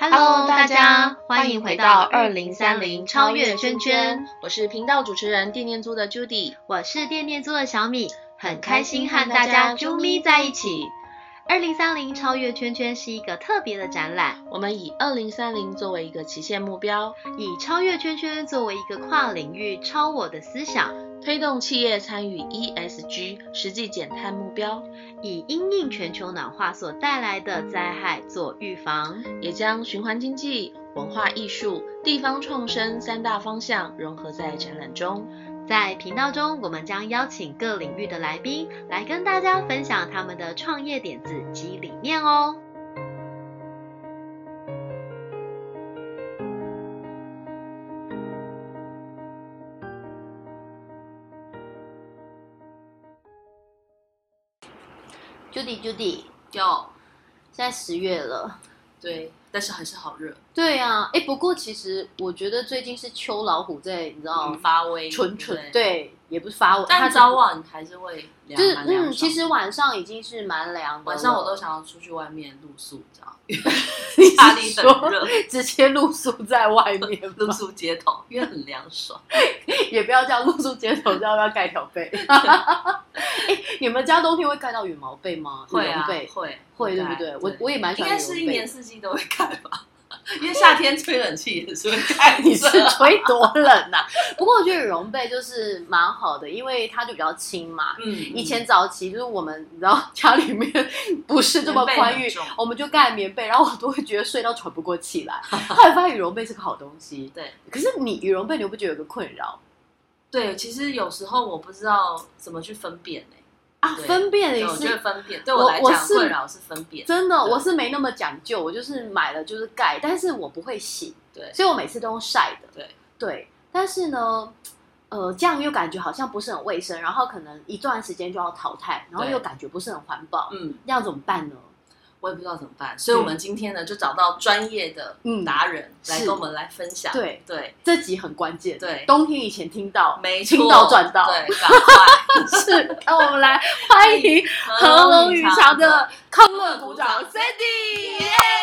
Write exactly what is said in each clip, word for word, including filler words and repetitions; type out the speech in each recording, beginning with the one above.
Hello， 大家欢迎回到二零三零超越圈圈， 我是频道主持人电念租的 Judy， 我是电念租的小米，很开心和大家啾咪在一起。二零三零超越圈圈是一个特别的展览， 我们以二零三零作为一个期限目标， 以超越圈圈作为一个跨领域超我的思想， 推动企业参与 E S G 实际减碳目标， 以因应全球暖化所带来的灾害做预防， 也将循环经济、文化艺术、地方创生三大方向融合在展览中。 在频道中，我们将邀请各领域的来宾来跟大家分享他们的创业点子及理念哦。Judy Judy， 有， 现在十月了， 对，但是还是好热。 对啊，哎，不过其实我觉得最近是秋老虎在，你知道、 嗯、发威， 蠢蠢，对，也不是发威， 但早晚还是会凉， 就是蛮凉嗯，其实晚上已经是蛮凉的， 晚上我都想要出去外面露宿，你知道，家里很热， 直接露宿在外面， 露宿街头，因为很凉爽。 也不要叫露宿街头，要不要盖条被？哎，你们家冬天会盖到羽毛被吗？ 会啊， 会会会，对不对？我我也蛮喜欢羽绒被， 应该是一年四季都会盖吧。因为夏天吹冷气也是会盖， 你是吹多冷啊？不过我觉得羽绒被就是蛮好的，因为它就比较轻嘛。 嗯， 以前早期就是我们你知道家里面不是这么宽裕，我们就盖棉被，然后我都会觉得睡到喘不过气来。后来发现羽绒被是个好东西， 对。 可是你羽绒被你不觉得有个困扰？ 对，其实有时候我不知道怎么去分辨呢、欸。 啊，分辨也是， 我觉得分辨对我来讲困扰是分辨。 真的，我是没那么讲究，我就是买了就是盖，但是我不会洗， 对， 所以我每次都用晒的， 对对。但是呢，呃，这样又感觉好像不是很卫生，然后可能一段时间就要淘汰，然后又感觉不是很环保，嗯，这样怎么办呢？ 我也不知道怎么办，所以我们今天呢就找到专业的达人来跟我们来分享。 对对， 这集很关键。 对， 冬天以前听到， 没听到赚到， 对，赶快是。那我们来欢迎和龙语常的康乐股长 Sandy。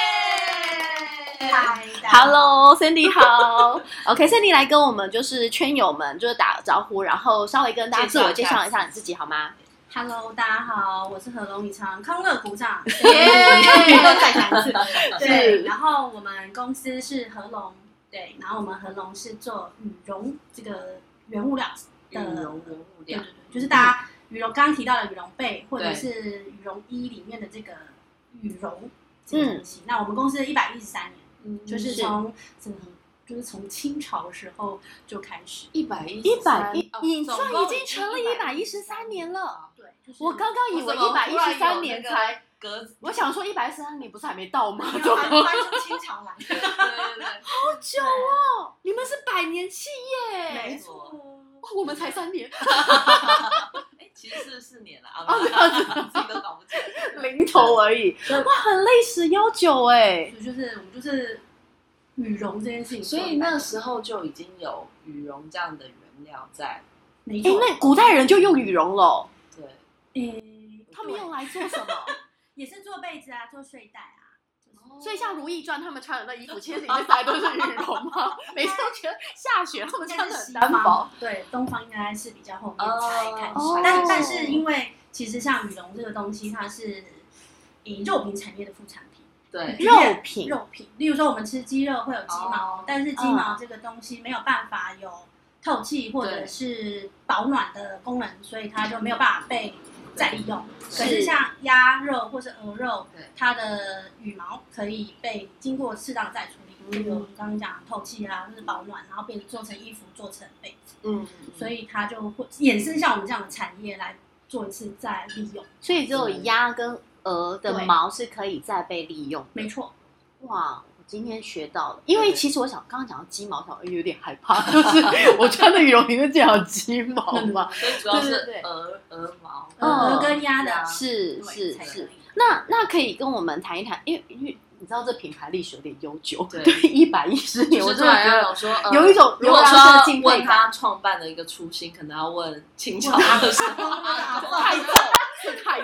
嗨 ，Hello Sandy 好。OK Sandy 来跟我们就是圈友们就是打个招呼，然后稍微跟大家自我介绍一下你自己好吗 ？Hello， 大家好，我是和龙语常康乐股长，耶，再讲一次，对。然后我们公司是和龙，对，然后我们和龙是做羽绒这个原物料的， 羽绒原物料， 对对对，就是大家羽绒刚刚提到的羽绒被或者是羽绒衣里面的这个羽绒这个东西。那我们公司一百一十三年，嗯，就是从整个。就是从清朝的时候就开始， 一百一一百一， 你算已经成了一百一十三年了。 对，就是我刚刚以为一百一十三年才， 格子我想说一百一十三年不是还没到吗？ 怎么翻出清朝来？ 对对对， 好久哦！你们是百年企业， 没错， 我们才三年。 哎，其实是四年了啊， 这样子自己都搞不清， 零头而已。哇，很历史悠久哎， 就是我们就是。羽绒这件事情， 所以那时候就已经有羽绒这样的原料在。 哎，那古代人就用羽绒了。 对， 诶， 他们用来做什么？ 也是做被子啊，做睡袋啊。 所以像《如懿传》他们穿的那衣服，其实里面塞都是羽绒吗？每次都觉得下雪他们穿的很单薄。 对，东方应该是比较后面才开始，但但是因为其实像羽绒这个东西，它是以肉品产业的副产品。 对， 肉品， 肉品，例如说我们吃鸡肉会有鸡毛，哦、但是鸡毛这个东西没有办法有透气或者是保暖的功能，所以它就没有办法被再利用。可是像鸭肉或是鹅肉，它的羽毛可以被经过适当的再处理，比如我们刚刚讲透气啊，或是保暖，然后变做成衣服，做成被子。嗯，所以它就会衍生像我们这样的产业来做一次再利用。 所以只有鸭跟鹅的毛是可以再被利用的， 没错。 哇，我今天学到了，因为其实我想刚刚讲到鸡毛，我有点害怕，就是我穿的羽绒里面竟然有鸡毛嘛， 所以主要是鹅鹅毛， 鹅跟鸭的， 是是是。那那可以跟我们谈一谈，因为因为你知道这品牌历史有点悠久，对，一百一十年，我真的觉得有一种如果说问他创办的一个初心，可能要问清朝的时候， 太重是太重。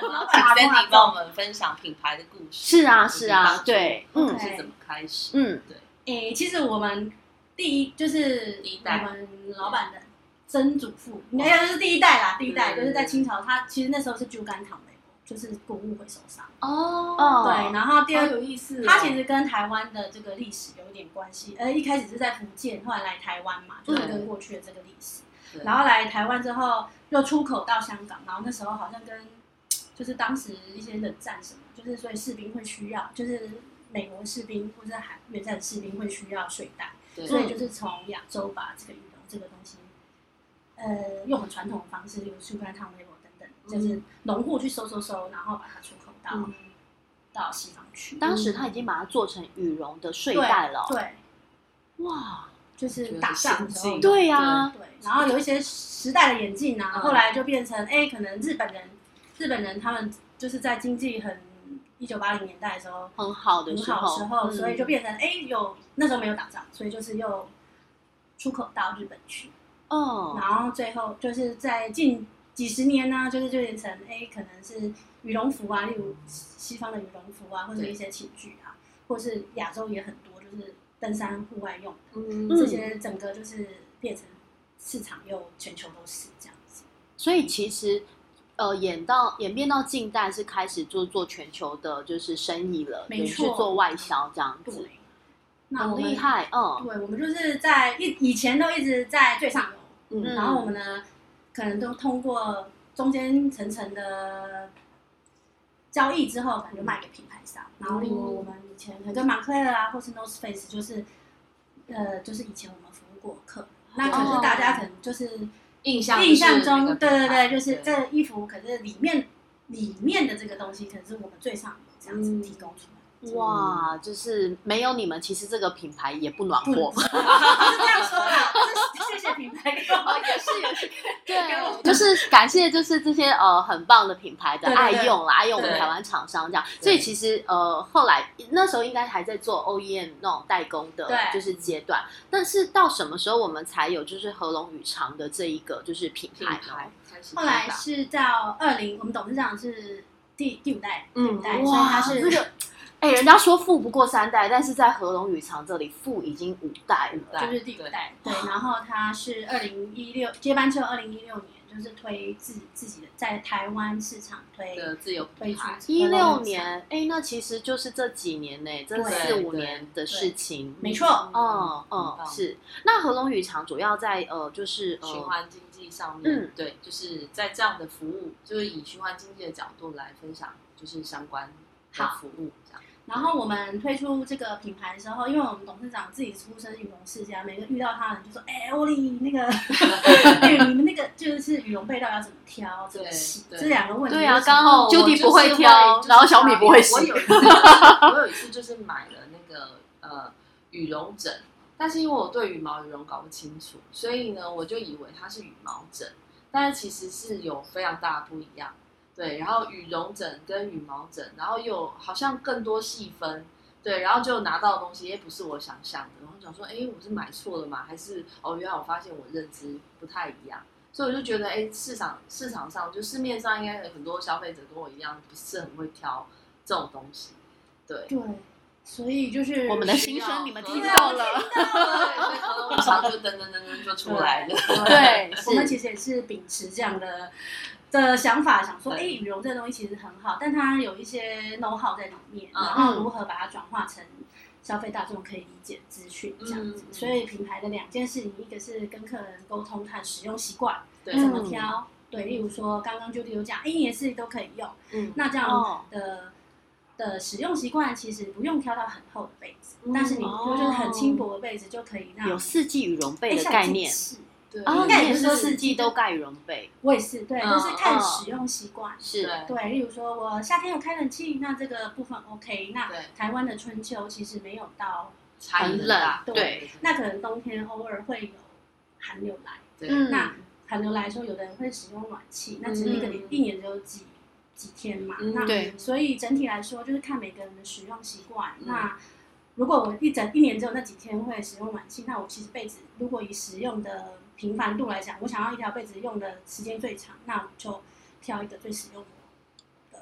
然后请 Sandy 帮我们分享品牌的故事。 是啊，是啊，对， 嗯，是怎么开始？ 嗯， 对。 诶，其实我们第一就是我们老板的曾祖父，应该就是第一代啦，第一代就是在清朝，他其实那时候是猪肝糖类，就是谷物回收商。 哦， 对，然后第二有意思， 他其实跟台湾的这个历史有一点关系，呃，一开始是在福建，后来来台湾嘛，就是跟过去的这个历史。然后来台湾之后，又出口到香港，然后那时候好像跟就是当时一些冷战什么，就是所以士兵会需要，就是美国士兵或者海越战士兵会需要睡袋，所以就是从亚洲把这个羽绒这个东西，呃，用很传统的方式，例如树干烫、微波等等，就是农户去收收收，然后把它出口到、嗯、到西方去。 当时他已经把它做成羽绒的睡袋了、哦， 对， 对哇。 就是打仗的时候， 对呀、啊， 对，然后有一些时代的演进啊，嗯、后来就变成，哎，可能日本人，日本人他们就是在经济很一九八零年代的时候很好的时候， 很好的时候，嗯、所以就变成，哎，有那时候没有打仗，所以就是又出口到日本去， 哦， 然后最后就是在近几十年呢，就是就变成，哎，可能是羽绒服啊，例如西方的羽绒服啊，或者一些寝具啊，或是亚洲也很多，就是登山户外用的，嗯，这些整个就是变成市场又全球都是这样子。 所以其实呃演到演变到近代是开始做做全球的就是生意了， 没错， 去做外销这样子。 对，那我们很厉害，嗯， 对，我们就是在以以前都一直在最上游，嗯，然后我们呢可能都通过中间层层的交易之后，可能就卖给品牌商。然后例如我们以前可能跟马克莱啊，或是 North Face， 就是呃，就是以前我们服务过客，那可是大家可能就是印象印象中，对对对，就是这个衣服，可是里面里面的这个东西，可能是我们最上游这样子提供出来。 哇，就是没有你们，其实这个品牌也不暖和。 不是这样说啦，谢谢品牌给我， 也是也是，对，就是感谢就是这些呃很棒的品牌的爱用啦，爱用我们台湾厂商这样。所以其实呃后来那时候应该还在做 O E M 那种代工的，就是阶段。但是到什么时候我们才有就是和龙羽长的这一个就是品牌呢？ 后来是到二零，我们董事长是第第五代，第五代，所以他是这个。哎、欸，人家说富不过三代，但是在和龙羽长这里，富已经五代了， 就是第五代。对，然后他是二零一六接班之后，二零一六年就是推自自己的在台湾市场推的自有推出。 一六年，哎、欸，那其实就是这几年呢，这四五年的事情。 没错， 嗯嗯，是。那和龙羽长主要在呃，就是呃循环经济上面，嗯，对，就是在这样的服务，就是以循环经济的角度来分享，就是相关的服务这样。 然后我们推出这个品牌的时候，因为我们董事长自己出身羽绒世家，每个遇到他的人就说：“哎、欸，欧丽，那个，哎，你们那个就是羽绒被到要怎么挑，怎么洗，这两个问题。” 对啊，刚刚 Judy 不会挑，然后小米不会洗。 我有一次，我有一次就是买了那个呃羽绒枕，但是因为我对羽毛羽绒搞不清楚，所以呢，我就以为它是羽毛枕，但是其实是有非常大的不一样。对，然后羽绒枕跟羽毛枕，然后又好像更多细分，对，然后就拿到的东西也不是我想象的，然后想说，哎，我是买错了吗？还是哦，原来我发现我认知不太一样，所以我就觉得，哎，市场市场上就市面上应该有很多消费者跟我一样，不是很会挑这种东西，对对，所以就是我们的心声你们听到了， 对， 所以和龙羽长就噔噔噔噔就出来了， 对， 我们其实也是秉持这样的。的想法想说，哎，羽绒这个东西其实很好，但它有一些 know how 在里面，嗯、然后如何把它转化成消费大众可以理解资讯这样子。嗯、所以品牌的两件事情，一个是跟客人沟通看使用习惯，怎么挑。对，例如说刚刚 Judy 有讲，一年四季都可以用，嗯，那这样的、哦、的使用习惯其实不用挑到很厚的被子，嗯、但是你就是很轻薄的被子就可以让有四季羽绒被的概念。 对， 哦，那也是说四季都盖羽绒被， 我也是，对，都、嗯、是看使用习惯， 是对。例如说，我夏天有开冷气，那这个部分 OK。那台湾的春秋其实没有到很冷，对， 对那可能冬天偶尔会有寒流来，对。嗯、那寒流来的时候，有的人会使用暖气，那只是一个一年只有几几天嘛，嗯、那对。 所以整体来说，就是看每个人的使用习惯，嗯、那。如果我一整一年只有那几天会使用暖气，那我其实被子如果以使用的频繁度来讲，我想要一条被子用的时间最长，那我就挑一个最实用的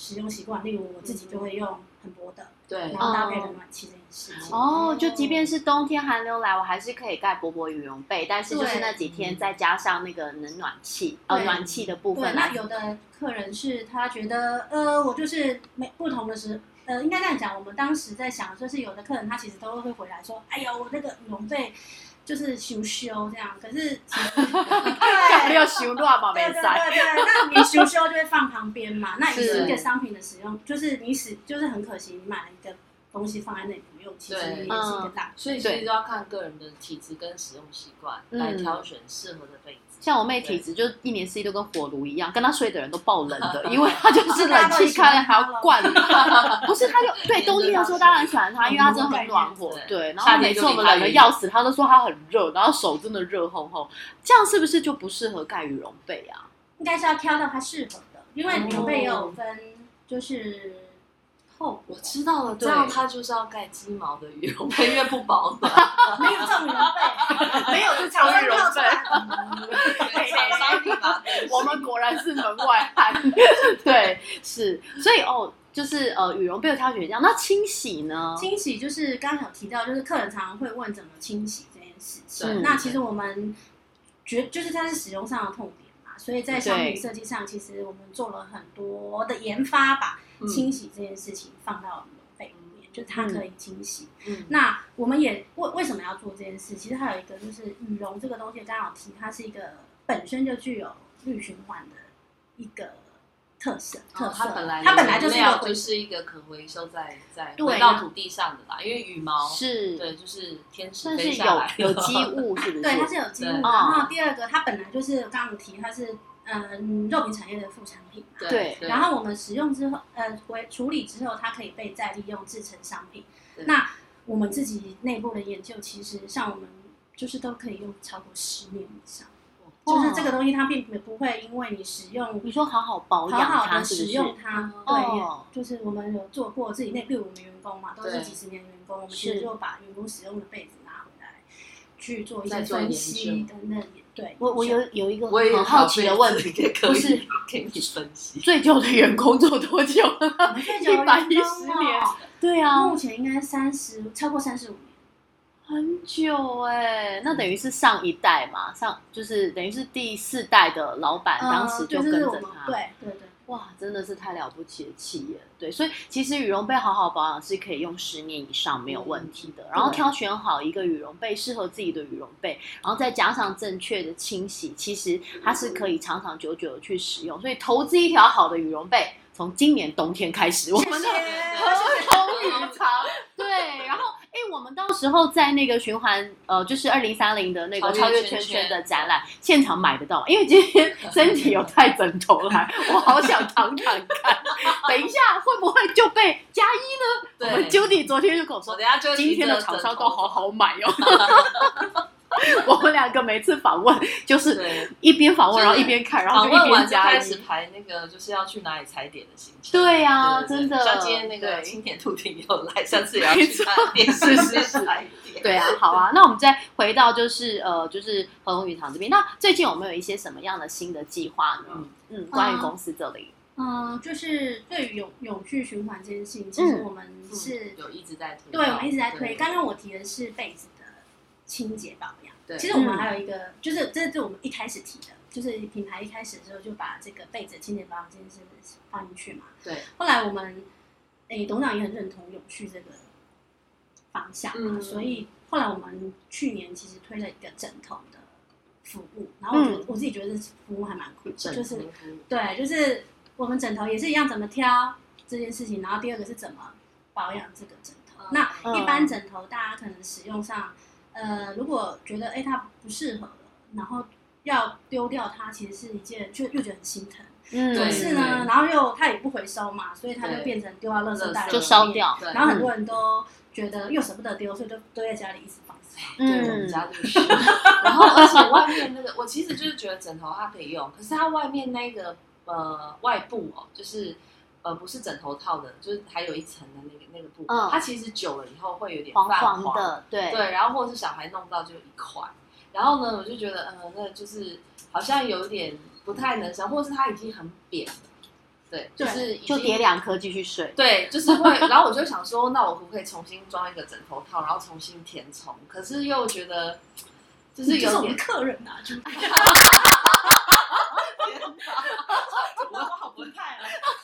使用习惯，例如我自己就会用很薄的， 对， 然后搭配冷暖气这件事情。 哦，就即便是冬天寒流来，我还是可以盖薄薄羽绒被，但是就是那几天再加上那个冷暖气，呃，暖气的部分。 对，那有的客人是他觉得，呃，我就是每不同的时。呃，应该这样讲，我们当时在想，就是有的客人他其实都会回来说，哎呦，我那个羽绒被就是修修这样，可是其实对，要修乱嘛，没对对对对，那你修修就会放旁边嘛，那一个商品的使用，就是你使就是很可惜，你买了一个东西放在那里不用，其实也是一个浪费。 所以其实都要看个人的体质跟使用习惯来挑选适合的被子。 像我妹体质就一年四季都跟火炉一样，跟她睡的人都爆冷的，因为她就是冷气开了还要灌。不是，她就对冬天的时候当然喜欢她，因为她真的很暖和。对，然后每次我们冷的要死，她都说她很热，然后手真的热烘烘。这样是不是就不适合盖羽绒被啊？ 应该是要挑到它适合的，因为羽绒被也有分，就是厚。 我知道了，这样它就是要盖鸡毛的羽绒被，因为不保暖。 没有这种羽绒被， 没有这种羽绒被。 我们果然是门外汉。对，是，所以哦，就是呃，羽绒被的挑选这样。那清洗呢？ 清洗就是刚刚有提到，就是客人常常会问怎么清洗这件事情。那其实我们觉就是它是使用上的痛点嘛，所以在商品设计上，其实我们做了很多的研发，把清洗这件事情放到羽绒被里面，就是它可以清洗。嗯，那我们也为为什么要做这件事？其实还有一个就是羽绒这个东西，刚刚有提，它是一个本身就具有绿循环的一个特色。特色， 它本来它本来就是一个就是一个可回收在在回到土地上的啦，因为羽毛是对，就是天使但是飞下来有有机物，是不是？ 对，它是有机物。然后第二个，它本来就是刚刚提，它是嗯肉品产业的副产品嘛。 对。 然后我们使用之后，呃，回处理之后，它可以被再利用制成商品。那我们自己内部的研究，其实像我们就是都可以用超过十年以上。就是这个东西，它并不会因为你使用， 你说好好保养它， 好好的使用它，对， 哦、 就是我们有做过自己内，比如我们员工嘛，都是几十年的员工，我们其实就把员工使用的被子拿回来去做一些分析等等。对， 我我有有一个很好奇的问题， 不是给你分析最久的员工做多久了？ 最久一百一十年，对啊， 目前应该三十，超过三十五年。 很久哎、欸，那等于是上一代嘛，上就是等于是第四代的老板， 呃、 当时就跟着他， 对对对， 哇，真的是太了不起的企业，对，所以其实羽绒被好好保养是可以用十年以上没有问题的，嗯、然后挑选好一个羽绒被适合自己的羽绒被，然后再加上正确的清洗，其实它是可以长长久久的去使用，所以投资一条好的羽绒被，从今年冬天开始，我们的合同羽长，对，然后。哎，我们到时候在那个循环，呃，就是二零三零的那个超越圈圈的展览现场买得到，因为今天森姐有带枕头来，我好想躺躺看。等一下会不会就被加一呢？我们 Judy 昨天就跟我说，今天的厂商都好好买哦。我们两个每次访问就是一边访问，然后一边看，然后就一边加开始排那个就是要去哪里踩点的行程。 对呀、啊，真的。 像今天那个青田兔亭有来，下次也要去看电视踩点。 对啊，好啊。那我们再回到就是呃，就是合同羽堂这边。那最近有没有一些什么样的新的计划呢？嗯嗯，关于公司这里。 嗯、呃，就是对于永永续循环这件事情，其实我们是、 嗯、有一直在推。 对，我们一直在推。刚刚我提的是被子的清洁保养。其实我们还有一个，就是这是我们一开始提的，就是品牌一开始的时候就把这个被子清洁保养这件事放进去嘛。 对。 后来我们，诶，董事长也很认同永续这个方向嘛，嗯、所以后来我们去年其实推了一个枕头的服务，然后我觉得、嗯、我自己觉得这服务还蛮酷的，就是对，就是我们枕头也是一样怎么挑这件事情，然后第二个是怎么保养这个枕头。嗯、那一般枕头大家可能使用上。呃，如果觉得哎它不适合了，然后要丢掉它，其实是一件就又觉得很心疼。嗯，可是呢，然后又它也不回收嘛，所以它就变成丢到垃圾袋就烧掉。 然后很多人都觉得又舍不得丢，所以就堆在家里一直放着。 对，我们家就是。然后而且外面那个，我其实就是觉得枕头它可以用，可是它外面那个呃外布哦，就是。呃，不是枕头套的，就是还有一层的那个那个布，嗯、它其实久了以后会有点泛黄， 黄的，对对，然后或者是小孩弄到就一块，然后呢，我就觉得，呃，那就是好像有点不太能生，或者是它已经很扁了， 对，就是已经就叠两颗继续睡。 对，就是会，然后我就想说，那我可不可以重新装一个枕头套，然后重新填充？可是又觉得就是有点客人啊，就我好不太了。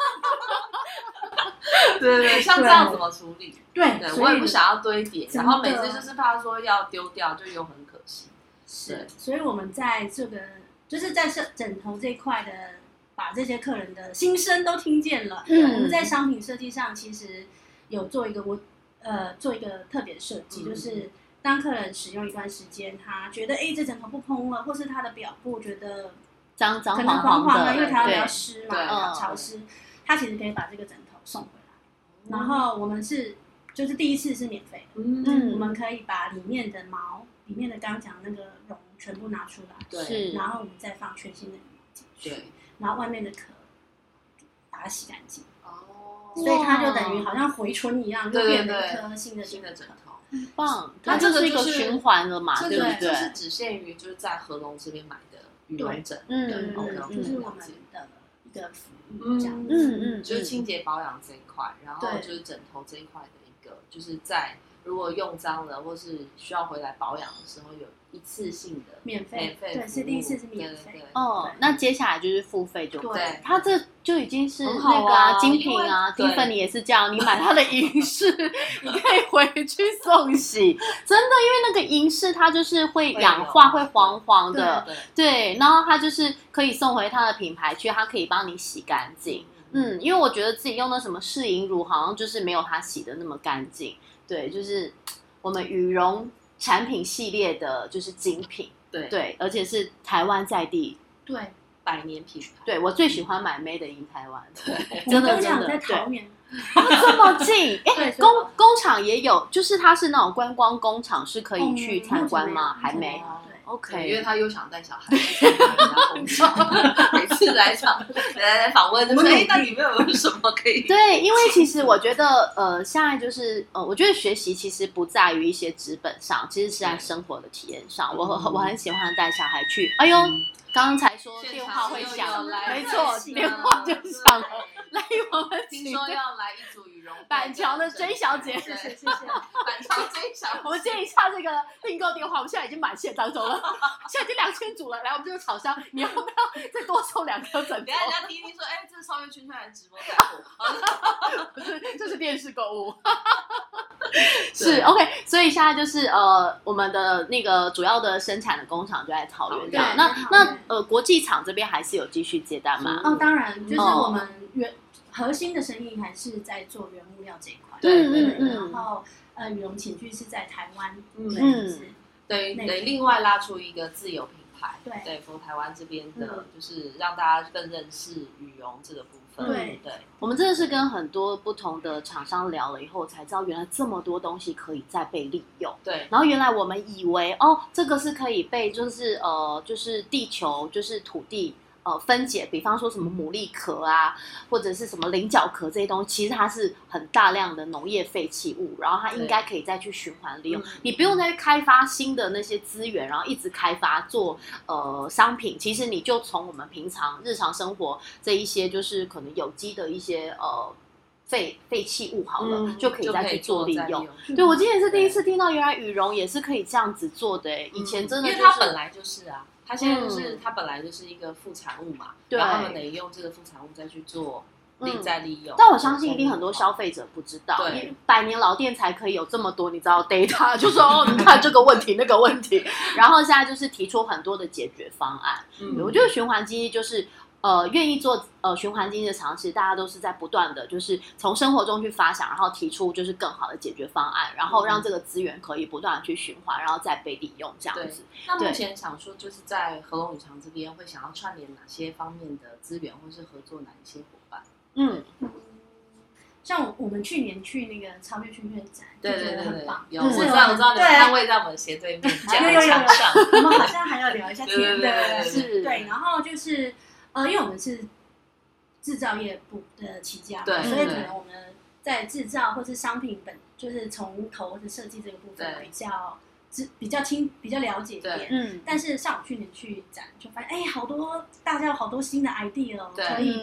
对对对，像这样怎么处理？ 对， 对我也不想要堆叠，然后每次就是怕说要丢掉，就又很可惜。 是，所以我们在这个就是在枕头这一块的，把这些客人的心声都听见了。嗯，我们在商品设计上其实有做一个我呃做一个特别设计，嗯、就是当客人使用一段时间，他觉得哎这枕头不蓬了，或是他的表布觉得脏脏可能黄黄的，因为台湾比较湿嘛，比较潮湿， 嗯、 他其实可以把这个枕头送回来。然后我们是就是第一次是免费的，嗯，我们可以把里面的毛、里面的刚讲那个绒全部拿出来， 对， 然后我们再放全新的羽毛进去， 对， 然后外面的壳把它洗干净， 哦， 所以它就等于好像回春一样，就变成一颗新的新的枕头， 很棒。它这是一个循环了嘛，对不对？ 就是只限于就是在和龙这边买的羽绒枕， 嗯，对对对，就是我们的一个服务，这样， 嗯嗯， 就是清洁保养这一块，然后就是枕头这一块的一个，就是在如果用脏了或是需要回来保养的时候，有一次性的免费， 对， 是第一次是免费。 哦，那接下来就是付费就对， 它这就已经是那个啊精品啊，丁芬妮也是这样，你买它的银饰，你可以回去送洗，真的，因为那个银饰它就是会氧化，会黄黄的，对，然后它就是可以送回它的品牌去，它可以帮你洗干净。嗯，因为我觉得自己用的什么适银乳，好像就是没有它洗的那么干净。对，就是我们羽绒产品系列的，就是精品， 对对，而且是台湾在地， 对， 百年品牌。 对我最喜欢买 Made in 台湾， 对， 真的真的， 在桃园， 这么近，哎，工工厂也有，就是它是那种观光工厂，是可以去参观吗？还没。OK， 因为他又想带小孩去参加人家工厂，每次来场来来访问，就说哎，那里面有什么可以？ 对，因为其实我觉得，呃，现在就是呃，我觉得学习其实不在于一些纸本上，其实是在生活的体验上。我我很喜欢带小孩去，哎呦，刚刚才说电话会响，没错，电话就响了。来，我们听说要来一组羽绒， 板桥的 J 小姐， 谢谢谢谢，板桥 J 小姐， 我们接一下这个订购电话，我们现在已经满线当中了，现在已经两千组了。来，我们这个厂商，你要不要再多送两颗枕头？ 等下人家听听说，哎，这是超越圈圈还是直播带货？ 不是，这是电视购物。是 OK， 所以现在就是呃，我们的那个主要的生产的工厂就在桃园这样。那那呃，国际厂这边还是有继续接单吗？ 哦，当然，就是我们原核心的生意还是在做原物料这一块。 对对对。然后呃，羽绒寝具是在台湾， 嗯， 对， 对，另外拉出一个自有品牌， 对对，from台湾这边的，就是让大家更认识羽绒这个部分。 对对， 我们真的是跟很多不同的厂商聊了以后，才知道原来这么多东西可以再被利用。 对， 然后原来我们以为哦，这个是可以被就是呃，就是地球就是土地。呃，分解，比方说什么牡蛎壳啊，或者是什么菱角壳这些东西，其实它是很大量的农业废弃物，然后它应该可以再去循环利用。你不用再去开发新的那些资源，然后一直开发做呃商品。其实你就从我们平常日常生活这一些，就是可能有机的一些呃废废弃物好了，嗯、就可以再去做利用。对，我今天是第一次听到，原来羽绒也是可以这样子做的。哎，以前真的、就是、 因为它本来就是啊。它现在就是、嗯、它本来就是一个副产物嘛，然后他们得用这个副产物再去做利再利用。 但我相信一定很多消费者不知道，对，百年老店才可以有这么多，你知道 data， 就说哦，你看这个问题那个问题，然后现在就是提出很多的解决方案。嗯，我觉得循环经济就是。呃，愿意做呃循环经济的尝试，大家都是在不断的，就是从生活中去发想，然后提出就是更好的解决方案，然后让这个资源可以不断的去循环，然后再被利用这样子。 那目前想说，就是在和龙羽长这边会想要串联哪些方面的资源，或是合作哪一些伙伴？ 嗯。 像我们去年去那个超越圈圈展， 对对对对，有， 我知道我知道，你们摊位在我们斜对面， 有有有有，我们好像还要聊一下天， 对对对， 是，对，然后就是呃，因为我们是制造业部的起家， 对， 所以可能我们在制造或是商品本，就是从头的设计这个部分比较比较清比较了解一点， 嗯， 但是像我去年去展就发现，哎，好多大家有好多新的 idea 哦，可以把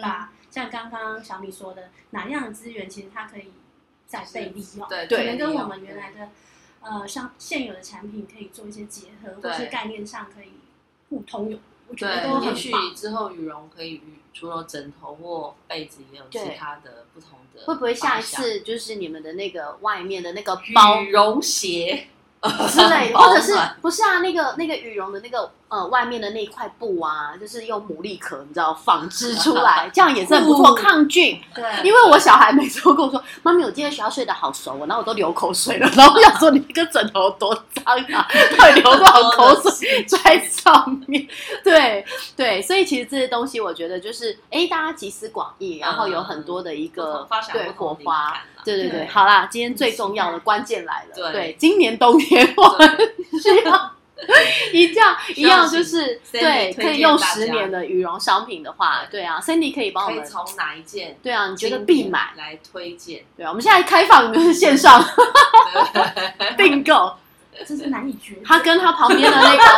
像刚刚小米说的，哪样的资源其实它可以再被利用， 对， 可能跟我们原来的呃像现有的产品可以做一些结合，或是概念上可以互通有。我觉得都很棒。 也许之后羽绒可以与除了枕头或被子，也有其他的不同的。 会不会下一次就是你们的那个外面的那个包羽绒鞋之类的，或者是不是啊？那个那个羽绒的那个呃外面的那一块布啊，就是用牡蛎壳，你知道纺织出来，这样也是很不错，抗菌。 对， 因为我小孩每次都跟我说：“妈咪，我今天学校睡得好熟，然后我都流口水了。”然后我想说：“你那个枕头有多脏啊？到底流多少口水在上面？”对对，所以其实这些东西，我觉得就是哎，大家集思广益，然后有很多的一个、 嗯、 对火花。对对对， 对好啦，今天最重要的关键来了。 对， 对今年冬天我们需要一样一样，就是对，可以用十年的羽绒商品的话，对啊 ，Sandy 可以帮我们从哪一件？ 对啊，你觉得必买来推荐？ 对啊，我们现在开放就是线上订购。 这是难以决定。 他跟他旁边的那个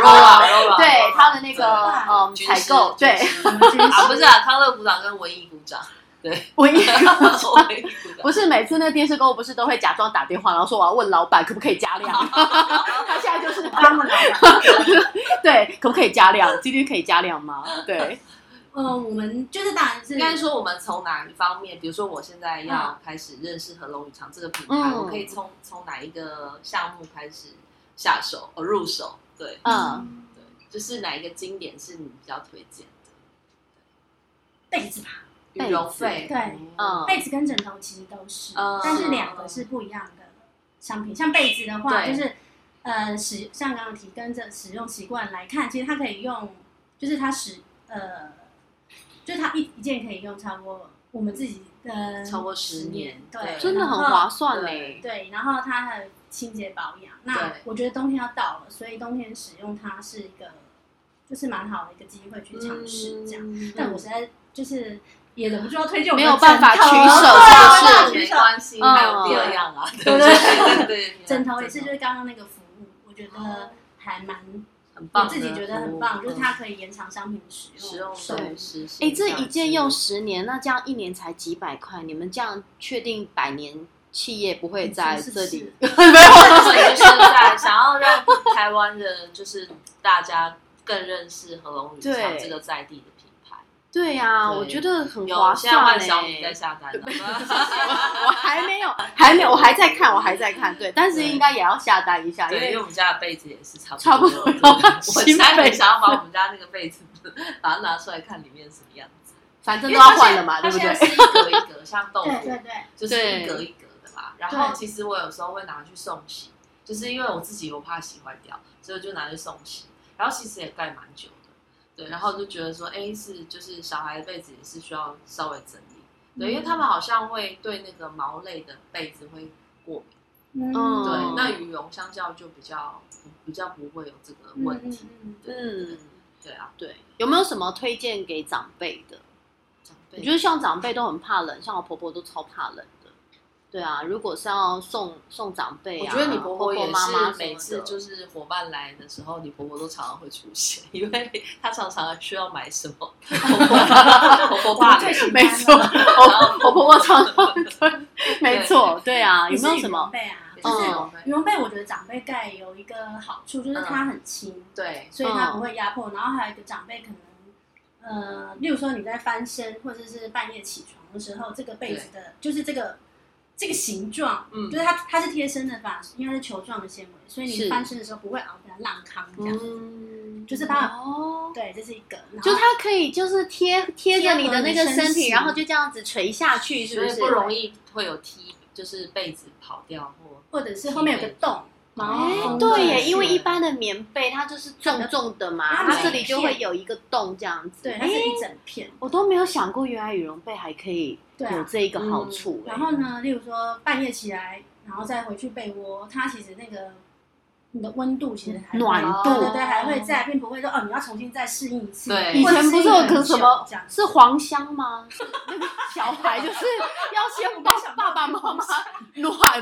Rola， 对他的那个嗯采购，对啊，不是啊，康乐股长跟文艺股长。对， 文艺不是每次那个电视购物不是都会假装打电话，然后说我要问老板可不可以加量，他现在就是帮问老板， 对，可不可以加量？今天可以加量吗？对， 呃，我们就是当然是应该说我们从哪一方面，比如说我现在要开始认识和龙羽长这个品牌，嗯、我可以从从哪一个项目开始下手呃入手？对， 嗯， 对，就是哪一个经典是你比较推荐的？ 被子吧。 羽绒被， 对， 嗯， 被子跟枕头其实都是， 嗯、 但是两个是不一样的商品。像被子的话，就是呃使像刚刚提跟着使用习惯来看，其实它可以用，就是它使呃，就是它一一件可以用超过我们自己呃超过十年， 对， 真的很划算嘞。 对，然后它还有清洁保养。那我觉得冬天要到了，所以冬天使用它是一个就是蛮好的一个机会去尝试这样。嗯、但我实在就是也忍不住要推荐我们没有办法取舍， 是没关系，还有第二样啊，对对对， 枕头也是就是刚刚那个服务，我觉得还蛮。很棒，我自己觉得很棒，就是它可以延长商品的使用使用寿时。 哎，这一件用十年，那这样一年才几百块，你们这样确定百年企业不会在这里？ 没有，就是在想要让台湾人，就是大家更认识和龙羽长这个在地的品牌。 对呀，我觉得很划算嘞。 小米在下单了， 我还没有，还没有，我还在看，我还在看。对，但是应该也要下单一下， 因为我们家的被子也是差差不多。我现在很想要把我们家那个被子把它拿出来看里面什么样子， 反正都要换了嘛，对不对？ 它现在是一格一格，像豆腐， 对对对， 就是一格一格的啦。然后其实我有时候会拿去送洗，就是因为我自己我怕洗坏掉，所以我就拿去送洗。然后其实也盖蛮久的。对，然后就觉得说，哎，是就是小孩的被子也是需要稍微整理，对，因为他们好像会对那个毛类的被子会过敏，嗯，对，那羽绒相较就比较比较不会有这个问题，嗯，嗯对啊， 对，有没有什么推荐给长辈的？ 长辈， 我觉得像长辈都很怕冷，像我婆婆都超怕冷。对啊，如果是要送送长辈啊， 我觉得你婆婆也妈妈是每次就是伙伴来的时候，你婆婆都常常会出现，因为她常常需要买什么，婆婆婆婆怕冷， 没错，我我婆婆常常对，没错，对啊，有没有什么？ 被啊，就是羽绒被，我觉得长辈盖有一个好处，就是它很轻， 对， 所以它不会压迫。然后还有一个长辈可能，呃，例如说你在翻身或者是半夜起床的时候，这个被子的，就是这个。这个形状，嗯，就是它它是贴身的吧，因为它是球状的纤维，所以你翻身的时候不会熬得烂康这样，嗯，就是它，哦，对，这是一个， 就它可以就是贴贴着你的那个身体，然后就这样子垂下去，是不是？ 不容易会有踢，就是被子跑掉或或者是后面有个洞。 哎，对耶，因为一般的棉被它就是重重的嘛，它这里就会有一个洞这样子， 对，它是一整片。 我都没有想过，原来羽绒被还可以有这一个好处。 然后呢，例如说半夜起来，然后再回去被窝，它其实那个你的温度其实还暖度， 对对，还会在，并不会说哦，你要重新再适应一次。 对， 以前不是有个什么是黄香吗？那个小孩就是要先帮爸爸妈妈暖被。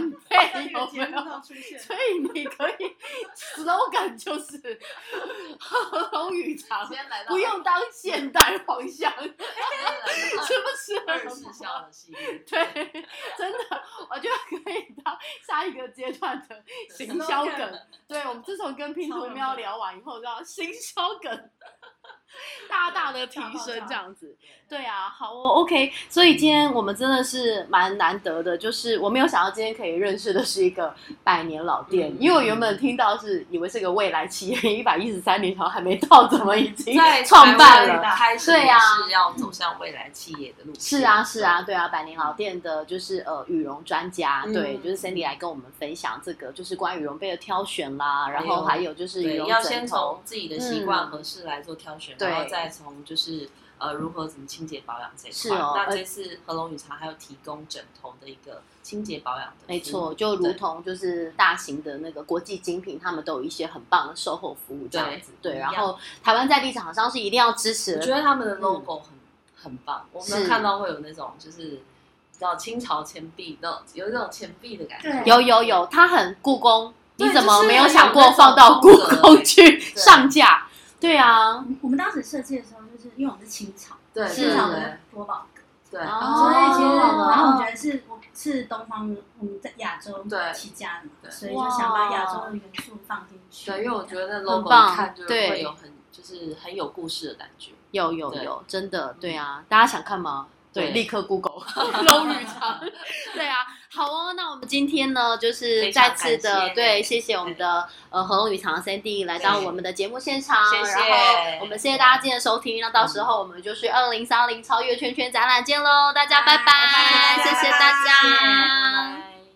有没有？所以你可以 slogan 就是何龙语长，不用当现代皇相，是不是？ 二十四孝的系列， 对，真的，我觉得可以当下一个阶段的行销梗。对，我们自从跟拼图喵聊完以后，知道行销梗大大的提升，这样子。对啊，好哦 ，OK。所以今天我们真的是蛮难得的，就是我没有想到今天可以认识的是一个百年老店，嗯、因为我原本听到是以为是个未来企业，一百一十三年，然后还没到，怎么已经创办了？ 开始也是要走向未来企业的路线。 是啊，是啊，对啊，百年老店的就是呃羽绒专家，嗯、对，就是 Sandy 来跟我们分享这个，就是关于羽绒被的挑选啦，然后还有就是羽绒要先从自己的习惯合适来做挑选，嗯、然后再从就是呃如何怎么清洁保养这一块。哦、那这次和龙羽长还有提供枕头的一个清洁保养的服务， 没错，就如同就是大型的那个国际精品，他们都有一些很棒的售后服务这样子。对，对然后台湾在地厂商是一定要支持的。 我觉得他们的 logo 很、嗯、很棒，我们看到会有那种就是。到清朝钱币那种有一种钱币的感觉， 有有有，它很故宫，你怎么没有想过放到故宫去上架？对啊， 我们当时设计的时候，就是因为我们是清朝， 对清朝的多宝格， 对， 所以其实，然后我觉得是是东方我们在亚洲起家的嘛，所以就想把亚洲的元素放进去。 对，因为我觉得 logo 一看就会有很就是很有故事的感觉。 有有有，真的对啊，大家想看吗？对，立刻 Google 龙羽长，对啊，好哦，那我们今天呢，就是再次的对，谢谢我们的呃和龙羽长 Sandy 来到我们的节目现场， 谢谢， 然后我们谢谢大家今天的收听，那到时候我们就是二零三零超越圈圈展览见喽，大家拜拜，拜拜谢谢大家。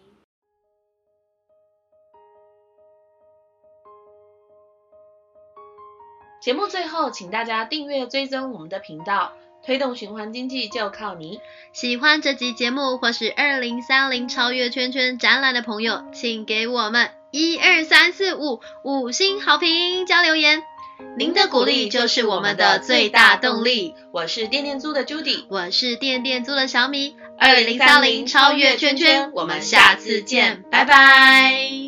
节目最后，请大家订阅追踪我们的频道。推动循环经济就靠你！ 喜欢这集节目或是二零三零超越圈圈展览的朋友，请给我们一二三四五五星好评加留言，您的鼓励就是我们的最大动力。 我是电电租的 Judy， 我是电电租的小米。二零三零超越圈圈，我们下次见，拜拜。